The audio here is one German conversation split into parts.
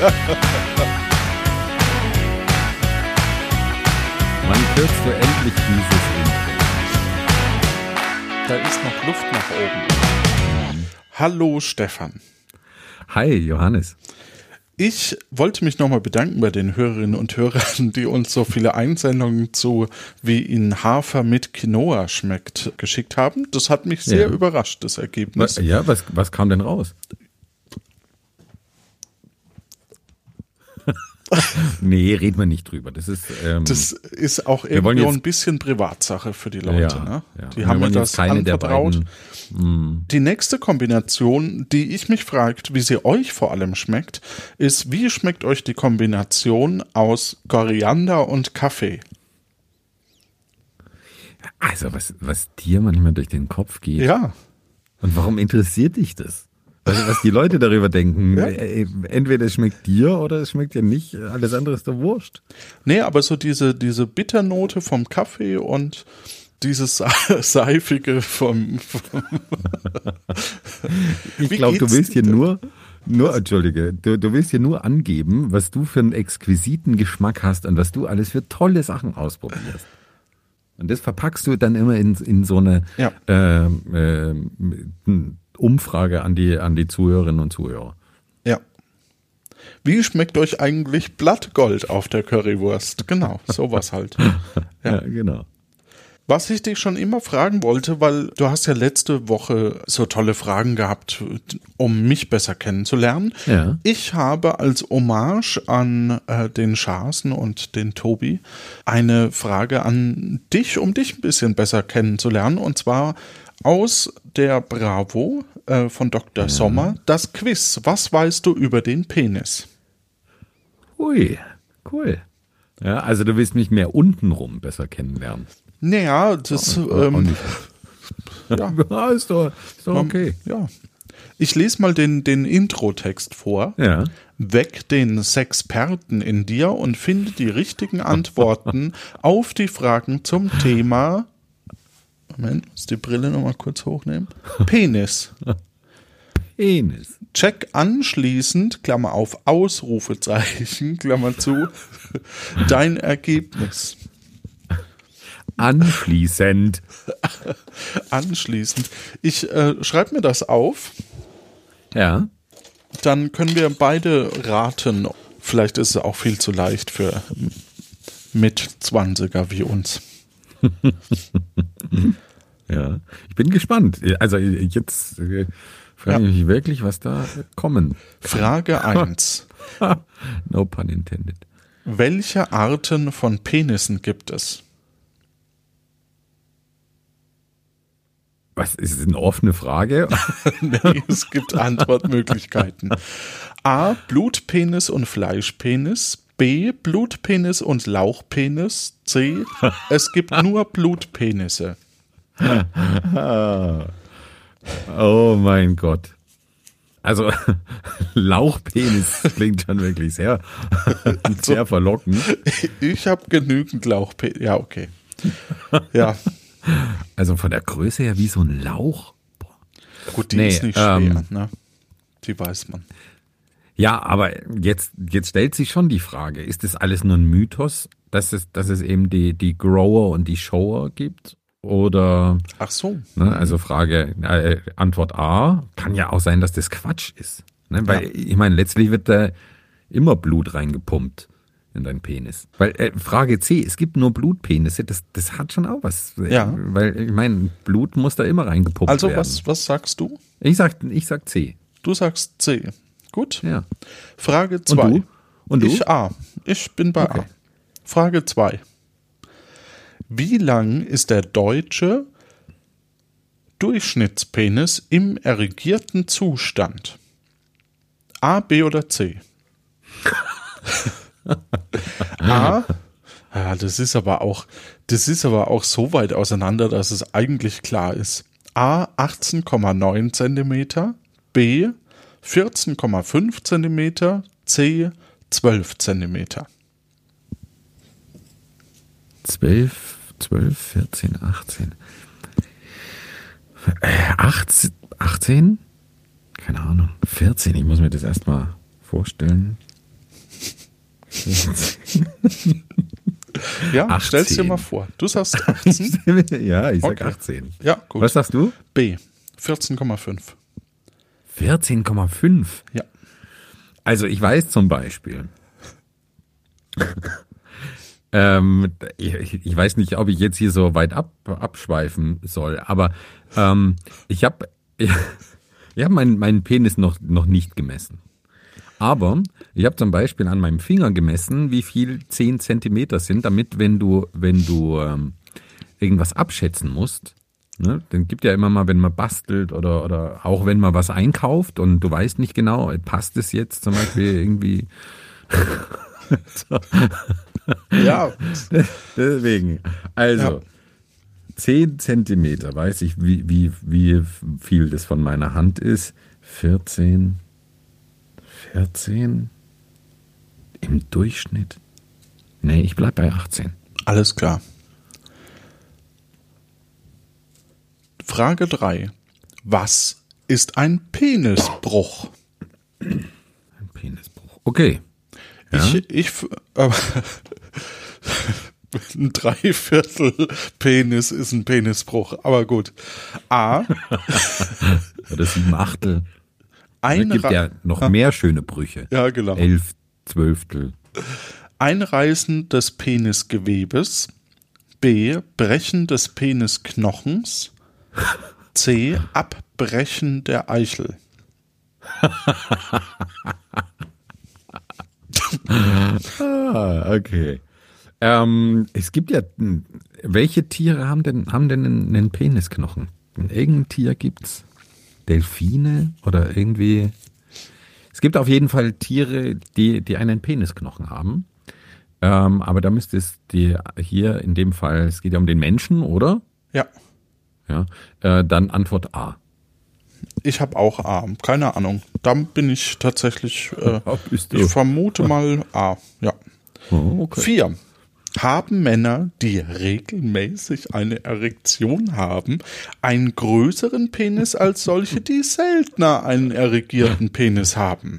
Wann kürzt du endlich dieses Intro? Da ist noch Luft nach oben. Hallo Stefan. Hi Johannes. Ich wollte mich nochmal bedanken bei den Hörerinnen und Hörern, die uns so viele Einsendungen zu, wie ihnen Hafer mit Quinoa schmeckt, geschickt haben. Das hat mich sehr überrascht, das Ergebnis. Was kam denn raus? Nee, reden wir nicht drüber. Das ist auch irgendwo ein bisschen Privatsache für die Leute. Ne? Die haben mir das anvertraut. Die nächste Kombination, die ich mich fragt, wie sie euch vor allem schmeckt, ist, wie schmeckt euch die Kombination aus Koriander und Kaffee? Also, was dir manchmal durch den Kopf geht. Ja. Und warum interessiert dich das? Was die Leute darüber denken. Ja. Entweder es schmeckt dir oder es schmeckt dir nicht. Alles andere ist doch wurscht. Nee, aber so diese Bitternote vom Kaffee und dieses Seifige vom Ich glaube, du willst hier Entschuldige, du willst hier nur angeben, was du für einen exquisiten Geschmack hast und was du alles für tolle Sachen ausprobierst. Und das verpackst du dann immer in so eine Umfrage an die Zuhörerinnen und Zuhörer. Ja. Wie schmeckt euch eigentlich Blattgold auf der Currywurst? Genau, sowas halt. Ja, genau. Was ich dich schon immer fragen wollte, weil du hast ja letzte Woche so tolle Fragen gehabt, um mich besser kennenzulernen. Ja. Ich habe als Hommage an den Schaßen und den Tobi eine Frage an dich, um dich ein bisschen besser kennenzulernen. Und zwar aus der Bravo von Dr. Sommer, das Quiz. Was weißt du über den Penis? Ui, cool. Ja, also du willst mich mehr untenrum besser kennenlernen. Naja, das ist doch okay. Ja. Ich lese mal den Intro-Text vor. Ja. Weck den Sexperten in dir und finde die richtigen Antworten auf die Fragen zum Thema. Moment, muss die Brille nochmal kurz hochnehmen. Penis. Penis. Check anschließend, Klammer auf, Ausrufezeichen, Klammer zu, dein Ergebnis. Anschließend. Anschließend. Ich schreibe mir das auf. Ja. Dann können wir beide raten. Vielleicht ist es auch viel zu leicht für Mit-20er wie uns. Ja, ich bin gespannt. Also jetzt frage ich mich wirklich, was da kommen kann. Frage 1. No pun intended. Welche Arten von Penissen gibt es? Was, ist es eine offene Frage? Nee, es gibt Antwortmöglichkeiten. A. Blutpenis und Fleischpenis. B. Blutpenis und Lauchpenis. C. Es gibt nur Blutpenisse. Oh mein Gott. Also Lauchpenis klingt schon wirklich sehr verlockend. Ich habe genügend Lauchpenis. Ja, okay. Ja. Also von der Größe her wie so ein Lauch. Boah. Gut, die ist nicht schwer, ne? Die weiß man. Ja, aber jetzt stellt sich schon die Frage, ist das alles nur ein Mythos, dass es eben die Grower und die Shower gibt? Oder? Ach so. Ne, also Antwort A, kann ja auch sein, dass das Quatsch ist. Ne? Weil ich meine, letztlich wird da immer Blut reingepumpt in deinen Penis. Weil Frage C, es gibt nur Blutpenisse, das hat schon auch was. Ja. Weil ich meine, Blut muss da immer reingepumpt werden. Also was sagst du? Ich sag C. Du sagst C. Gut. Ja. Frage 2. Und du? Ich A. Ich bin bei A. Frage 2. Wie lang ist der deutsche Durchschnittspenis im erregierten Zustand? A, B oder C? A. Ja, das ist aber auch so weit auseinander, dass es eigentlich klar ist. A 18,9 cm, B 14,5 cm, C 12 cm. 12, 14, 18. 18? Keine Ahnung. 14, ich muss mir das erstmal vorstellen. Ja, 18. stell's dir mal vor. Du sagst 18. Ja, ich sag Okay. 18. Ja, gut. Was sagst du? B. 14,5. 14,5. Ja. Also ich weiß zum Beispiel, ich weiß nicht, ob ich jetzt hier so weit abschweifen soll, aber ich habe meinen Penis noch nicht gemessen. Aber ich habe zum Beispiel an meinem Finger gemessen, wie viel 10 Zentimeter sind, damit wenn du irgendwas abschätzen musst, ne, dann gibt ja immer mal, wenn man bastelt oder auch wenn man was einkauft und du weißt nicht genau, passt es jetzt zum Beispiel irgendwie. So. Ja. Deswegen, also Ja. 10 Zentimeter, weiß ich, wie viel das von meiner Hand ist. 14 im Durchschnitt. Nee, ich bleib bei 18. Alles klar. Frage 3. Was ist ein Penisbruch? Ein Penisbruch. Okay. Ja? Ein Dreiviertel Penis ist ein Penisbruch, aber gut. A. Oder 7 Achtel. Es Ein gibt ja noch mehr schöne Brüche. Ja, genau. 11 Zwölftel. Einreißen des Penisgewebes. B. Brechen des Penisknochens. C. Abbrechen der Eichel. Okay. Es gibt ja, welche Tiere haben denn einen Penisknochen? Irgendein Tier gibt's? Delfine oder irgendwie? Es gibt auf jeden Fall Tiere, die einen Penisknochen haben. Aber da müsste es hier in dem Fall, es geht ja um den Menschen, oder? Ja. Ja. Dann Antwort A. Ich habe auch A. Keine Ahnung. Da bin ich tatsächlich, Bist du? ich vermute mal A. Ja. Oh, okay. 4. Haben Männer, die regelmäßig eine Erektion haben, einen größeren Penis als solche, die seltener einen erregierten Penis haben?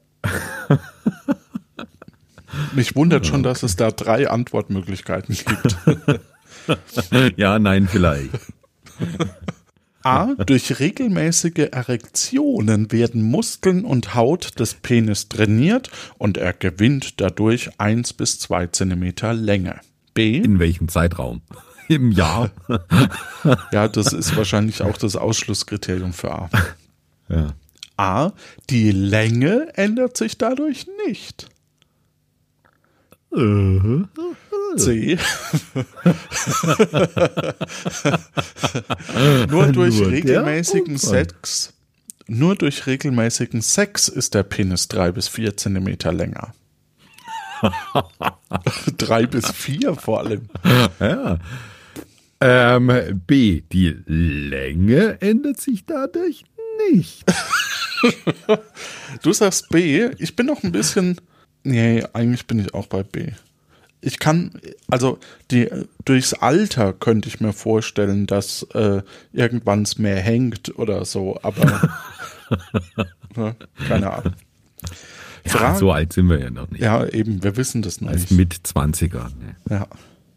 Mich wundert schon, dass es da 3 Antwortmöglichkeiten gibt. Ja, nein, vielleicht. A. Durch regelmäßige Erektionen werden Muskeln und Haut des Penis trainiert und er gewinnt dadurch 1 bis 2 Zentimeter Länge. B. In welchem Zeitraum? Im Jahr? Ja, das ist wahrscheinlich auch das Ausschlusskriterium für A. Ja. A. Die Länge ändert sich dadurch nicht. C. Nur durch regelmäßigen Sex ist der Penis 3 bis 4 Zentimeter länger. 3 bis 4 vor allem. Ja. B. Die Länge ändert sich dadurch nicht. Du sagst B. Ich bin noch ein bisschen. Nee, eigentlich bin ich auch bei B. Ich kann, also durchs Alter könnte ich mir vorstellen, dass irgendwann es mehr hängt oder so, aber ne, keine Ahnung. Ja, so alt sind wir ja noch nicht. Ja, eben, wir wissen das noch Als nicht. Mit-20er. Ne? Ja.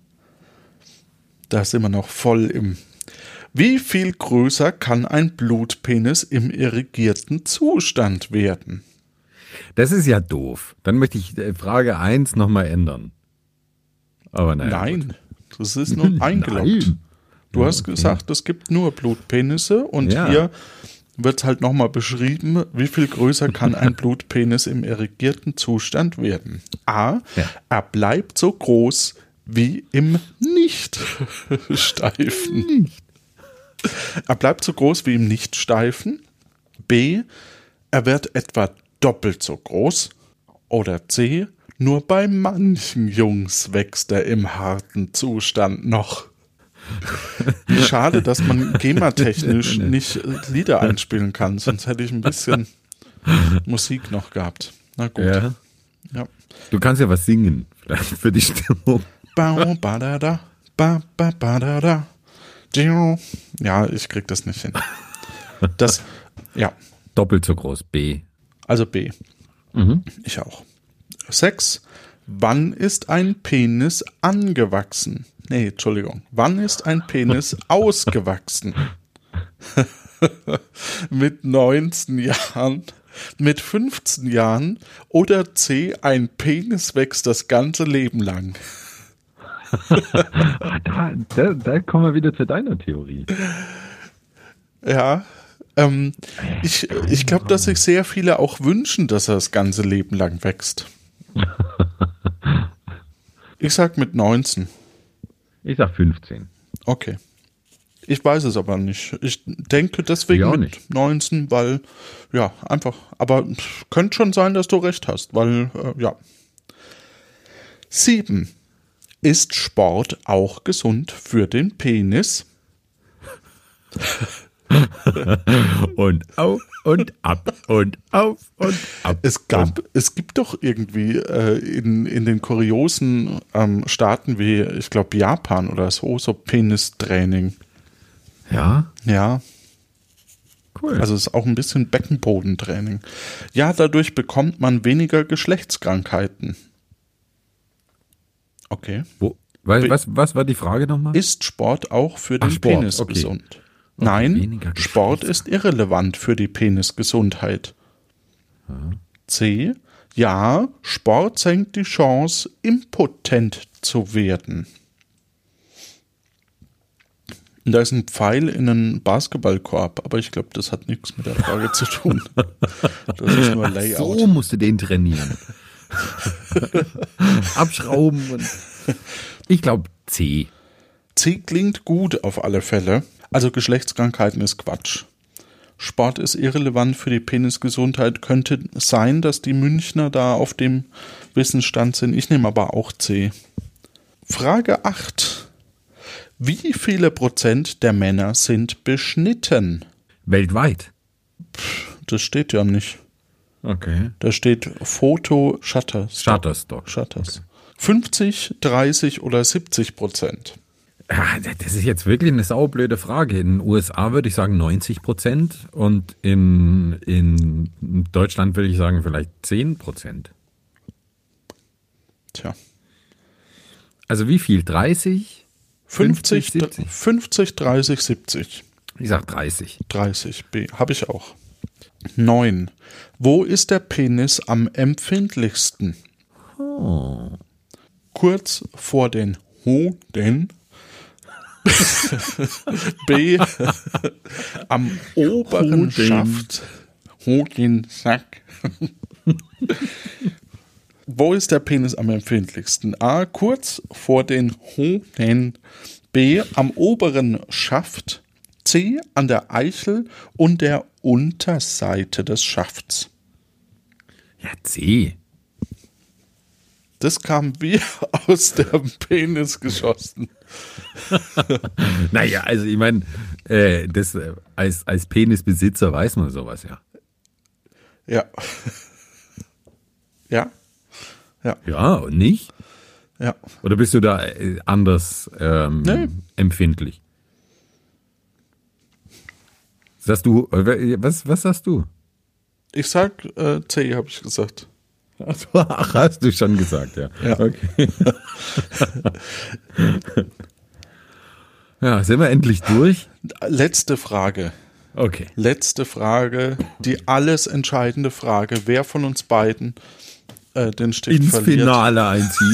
Da sind wir noch voll im. Wie viel größer kann ein Blutpenis im irrigierten Zustand werden? Das ist ja doof. Dann möchte ich Frage 1 nochmal ändern. Aber Nein, das ist nur eingeloggt. Nein. Du hast gesagt, es gibt nur Blutpenisse und hier wird halt nochmal beschrieben, wie viel größer kann ein Blutpenis im irrigierten Zustand werden. A. Er bleibt so groß wie im Nicht-Steifen. Er bleibt so groß wie im Nicht-Steifen. B. Er wird etwa doppelt so groß. Oder C. Nur bei manchen Jungs wächst er im harten Zustand noch. Wie schade, dass man GEMA-technisch nicht Lieder einspielen kann, sonst hätte ich ein bisschen Musik noch gehabt. Na gut. Ja. Ja. Du kannst ja was singen, vielleicht für die Stimmung. Ba, ba, da, da, ba, ba, ba, da, da. Ja, ich krieg das nicht hin. Das, ja, Doppelt so groß, B. also B. Mhm. Ich auch. 6. Wann ist ein Penis angewachsen? Nee, Entschuldigung. Wann ist ein Penis ausgewachsen? Mit 19 Jahren, mit 15 Jahren oder C, ein Penis wächst das ganze Leben lang. Da kommen wir wieder zu deiner Theorie. Ja, ich glaube, dass sich sehr viele auch wünschen, dass er das ganze Leben lang wächst. Ich sag mit 19. Ich sag 15. Okay. Ich weiß es aber nicht. Ich denke deswegen mit nicht. 19, weil, ja, einfach. Aber könnte schon sein, dass du recht hast, weil, ja. 7. Ist Sport auch gesund für den Penis? Und auf und ab und auf und ab. Es gibt doch irgendwie in den kuriosen Staaten wie, ich glaube, Japan oder so Penistraining. Ja, Ja, cool. also es ist auch ein bisschen Beckenbodentraining. Ja, dadurch bekommt man weniger Geschlechtskrankheiten. Okay. Was war die Frage nochmal? Ist Sport auch für den Sport, Penis okay. gesund? Nein, weniger Sport ist irrelevant für die Penisgesundheit. C. Ja, Sport senkt die Chance, impotent zu werden. Und da ist ein Pfeil in einen Basketballkorb, aber ich glaube, das hat nichts mit der Frage zu tun. Das ist nur Layout. So musst du den trainieren. Abschrauben. Ich glaube C. C klingt gut auf alle Fälle. Also Geschlechtskrankheiten ist Quatsch. Sport ist irrelevant für die Penisgesundheit. Könnte sein, dass die Münchner da auf dem Wissensstand sind. Ich nehme aber auch C. Frage 8. Wie viele Prozent der Männer sind beschnitten? Weltweit. Das steht ja nicht. Okay. Da steht Foto Shutterstock. Shutters. 50, 30 oder 70%? Ja, das ist jetzt wirklich eine saublöde Frage. In den USA würde ich sagen 90% und in Deutschland würde ich sagen vielleicht 10%. Tja. Also wie viel? 30? 50, 70? 50, 30, 70. Ich sag 30. 30 B. Habe ich auch. 9. Wo ist der Penis am empfindlichsten? Oh. Kurz vor den Hoden. B. Am oberen Hoden. Schaft. Hodensack. Wo ist der Penis am empfindlichsten? A. Kurz vor den Hoden. B. Am oberen Schaft. C. An der Eichel und der Unterseite des Schafts. Ja, C. Das kam wie aus dem Penis geschossen. Naja, also ich meine, als Penisbesitzer weiß man sowas ja. Ja. Ja. Ja. Ja, und nicht? Ja. Oder bist du da anders Nee. empfindlich? Sagst du, was sagst du? Ich sag C, habe ich gesagt. Ach, hast du schon gesagt, ja. Ja. Okay. Ja, sind wir endlich durch? Letzte Frage. Okay. Letzte Frage. Die alles entscheidende Frage. Wer von uns beiden den Stift Ins verliert. Finale einzieht.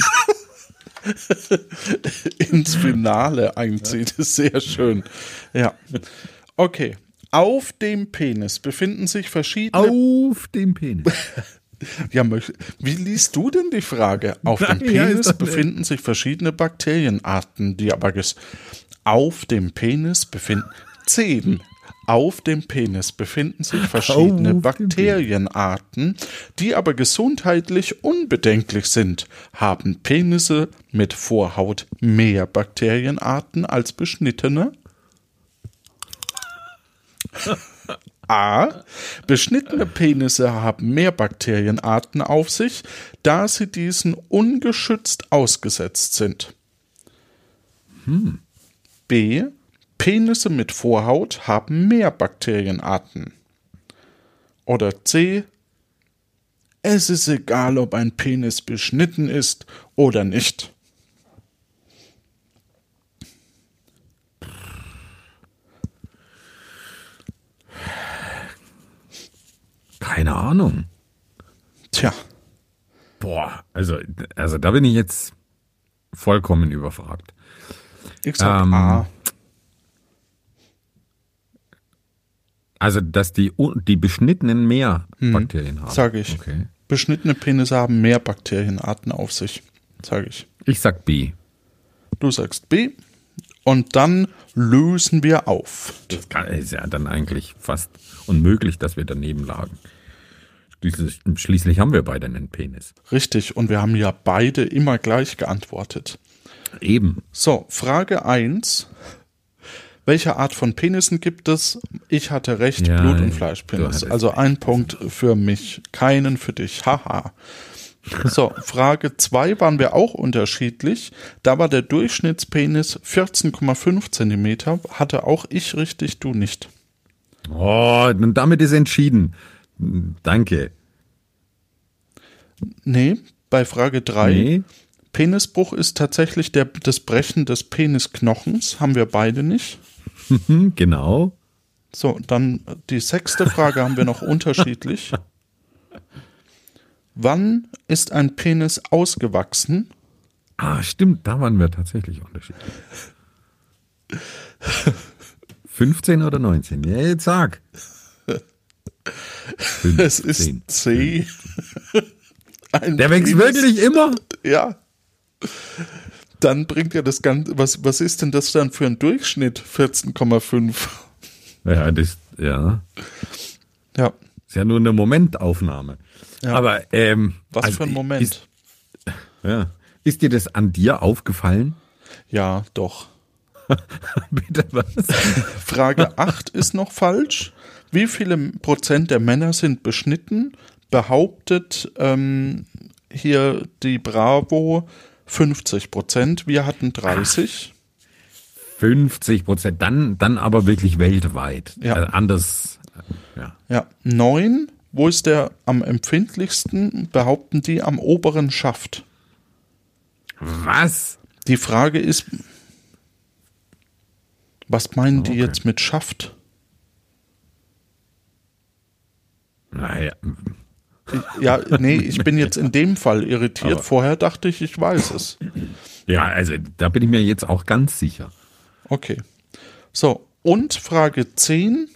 Ins Finale einzieht. Ist sehr schön. Ja. Okay. Auf dem Penis befinden sich verschiedene... Auf dem Penis. Ja, wie liest du denn die Frage? Auf dem Ja, Penis ist doch befinden sich verschiedene Bakterienarten, die aber auf dem Penis befinden 10. Auf dem Penis befinden sich verschiedene Auf dem Bakterienarten, die aber gesundheitlich unbedenklich sind. Haben Penisse mit Vorhaut mehr Bakterienarten als beschnittene? A. Beschnittene Penisse haben mehr Bakterienarten auf sich, da sie diesen ungeschützt ausgesetzt sind. B. Penisse mit Vorhaut haben mehr Bakterienarten. Oder C. Es ist egal, ob ein Penis beschnitten ist oder nicht. Keine Ahnung. Tja. Boah, also da bin ich jetzt vollkommen überfragt. Ich sag A. Also, dass die Beschnittenen mehr Bakterien haben. Sag ich. Okay. Beschnittene Penisse haben mehr Bakterienarten auf sich. Sag ich. Ich sag B. Du sagst B. Und dann lösen wir auf. Das ist ja dann eigentlich fast unmöglich, dass wir daneben lagen. Schließlich haben wir beide einen Penis. Richtig. Und wir haben ja beide immer gleich geantwortet. Eben. So, Frage 1. Welche Art von Penissen gibt es? Ich hatte recht, Ja, Blut- und du Fleischpenis. hattest Also ein Punkt für mich, keinen für dich. Haha. So, Frage 2 waren wir auch unterschiedlich. Da war der Durchschnittspenis 14,5 Zentimeter. Hatte auch ich richtig, du nicht. Oh, und damit ist entschieden. Danke. Nee, bei Frage 3. Nee. Penisbruch ist tatsächlich das Brechen des Penisknochens. Haben wir beide nicht. Genau. So, dann die 6. Frage haben wir noch unterschiedlich. Wann ist ein Penis ausgewachsen? Ah, stimmt, da waren wir tatsächlich unterschiedlich. 15 oder 19? Ja, jetzt sag. 15. Es ist C. Der wächst wirklich immer? Ja. Dann bringt ja das Ganze, was ist denn das dann für ein Durchschnitt? 14,5. Ja, ja. Ja. Ist ja nur eine Momentaufnahme. Ja. Aber, Was für ein Moment. Ist dir das an dir aufgefallen? Ja, doch. Bitte was? Frage 8 ist noch falsch. Wie viele Prozent der Männer sind beschnitten? Behauptet hier die Bravo 50%. Wir hatten 30. 50%, dann aber wirklich weltweit. Ja. Anders, ja. Ja, 9. Wo ist der am empfindlichsten? Behaupten die am oberen Schaft. Was? Die Frage ist, was meinen die Okay. jetzt mit Schaft? Naja, Ja, nee, ich bin jetzt in dem Fall irritiert. Aber- Vorher dachte ich weiß es. ja, also da bin ich mir jetzt auch ganz sicher. Okay. So, und Frage 10.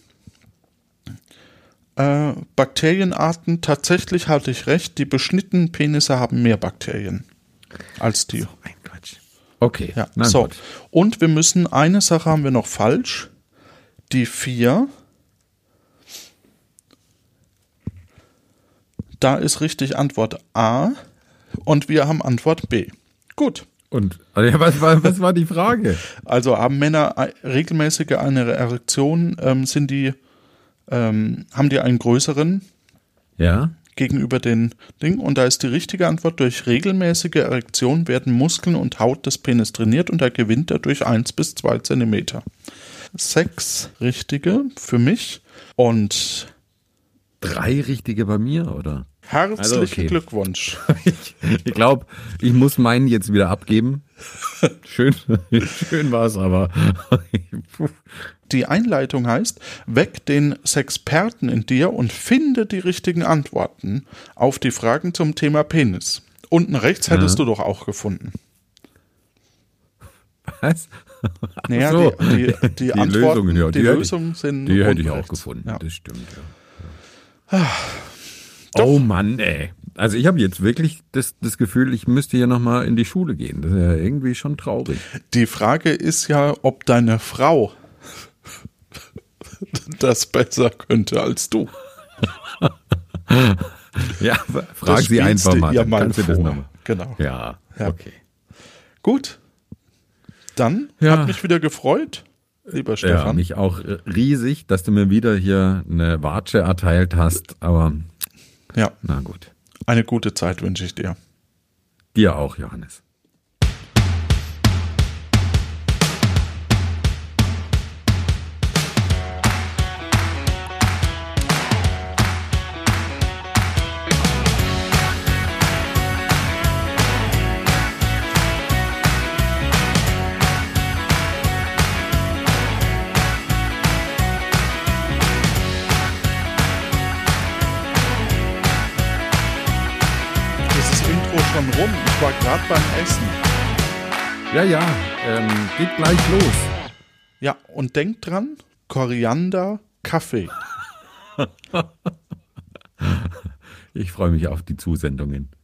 Bakterienarten, tatsächlich hatte ich recht, die beschnittenen Penisse haben mehr Bakterien als die. Mein Quatsch. Okay, Ja, na so. gut. Und wir müssen, eine Sache haben wir noch falsch. Die 4. Da ist richtig Antwort A und wir haben Antwort B. Gut. Und ja, was war die Frage? Also haben Männer regelmäßige eine Erektion, haben die einen größeren Ja? gegenüber den Dingen? Und da ist die richtige Antwort, durch regelmäßige Erektion werden Muskeln und Haut des Penis trainiert und da gewinnt er durch 1 bis 2 Zentimeter. 6 richtige für mich und 3 richtige bei mir, oder? herzlichen Also okay. Glückwunsch. Ich glaube, ich muss meinen jetzt wieder abgeben. Schön war es, aber Die Einleitung heißt, weck den Sexperten in dir und finde die richtigen Antworten auf die Fragen zum Thema Penis. Unten rechts hättest du doch auch gefunden. was? Naja, so. die Antworten, Lösungen, ja, die hätte Lösungen sind Die hätte unten ich auch rechts. gefunden, Ja. das stimmt. Ja. Oh Mann, ey. Also ich habe jetzt wirklich das Gefühl, ich müsste hier nochmal in die Schule gehen. Das ist ja irgendwie schon traurig. Die Frage ist ja, ob deine Frau das besser könnte als du. Ja, frag Das sie einfach spielst du mal. ihr dann mal kannst du das vor. nochmal. Genau. Ja, Ja. okay. Gut. Dann Ja. hat mich wieder gefreut, lieber Ja, Stefan. mich auch riesig, dass du mir wieder hier eine Watsche erteilt hast. Aber Ja, na gut. eine gute Zeit wünsche ich dir. Dir auch, Johannes. zwar gerade beim Essen. Ja, geht gleich los. Ja, und denkt dran, Koriander, Kaffee. Ich freue mich auf die Zusendungen.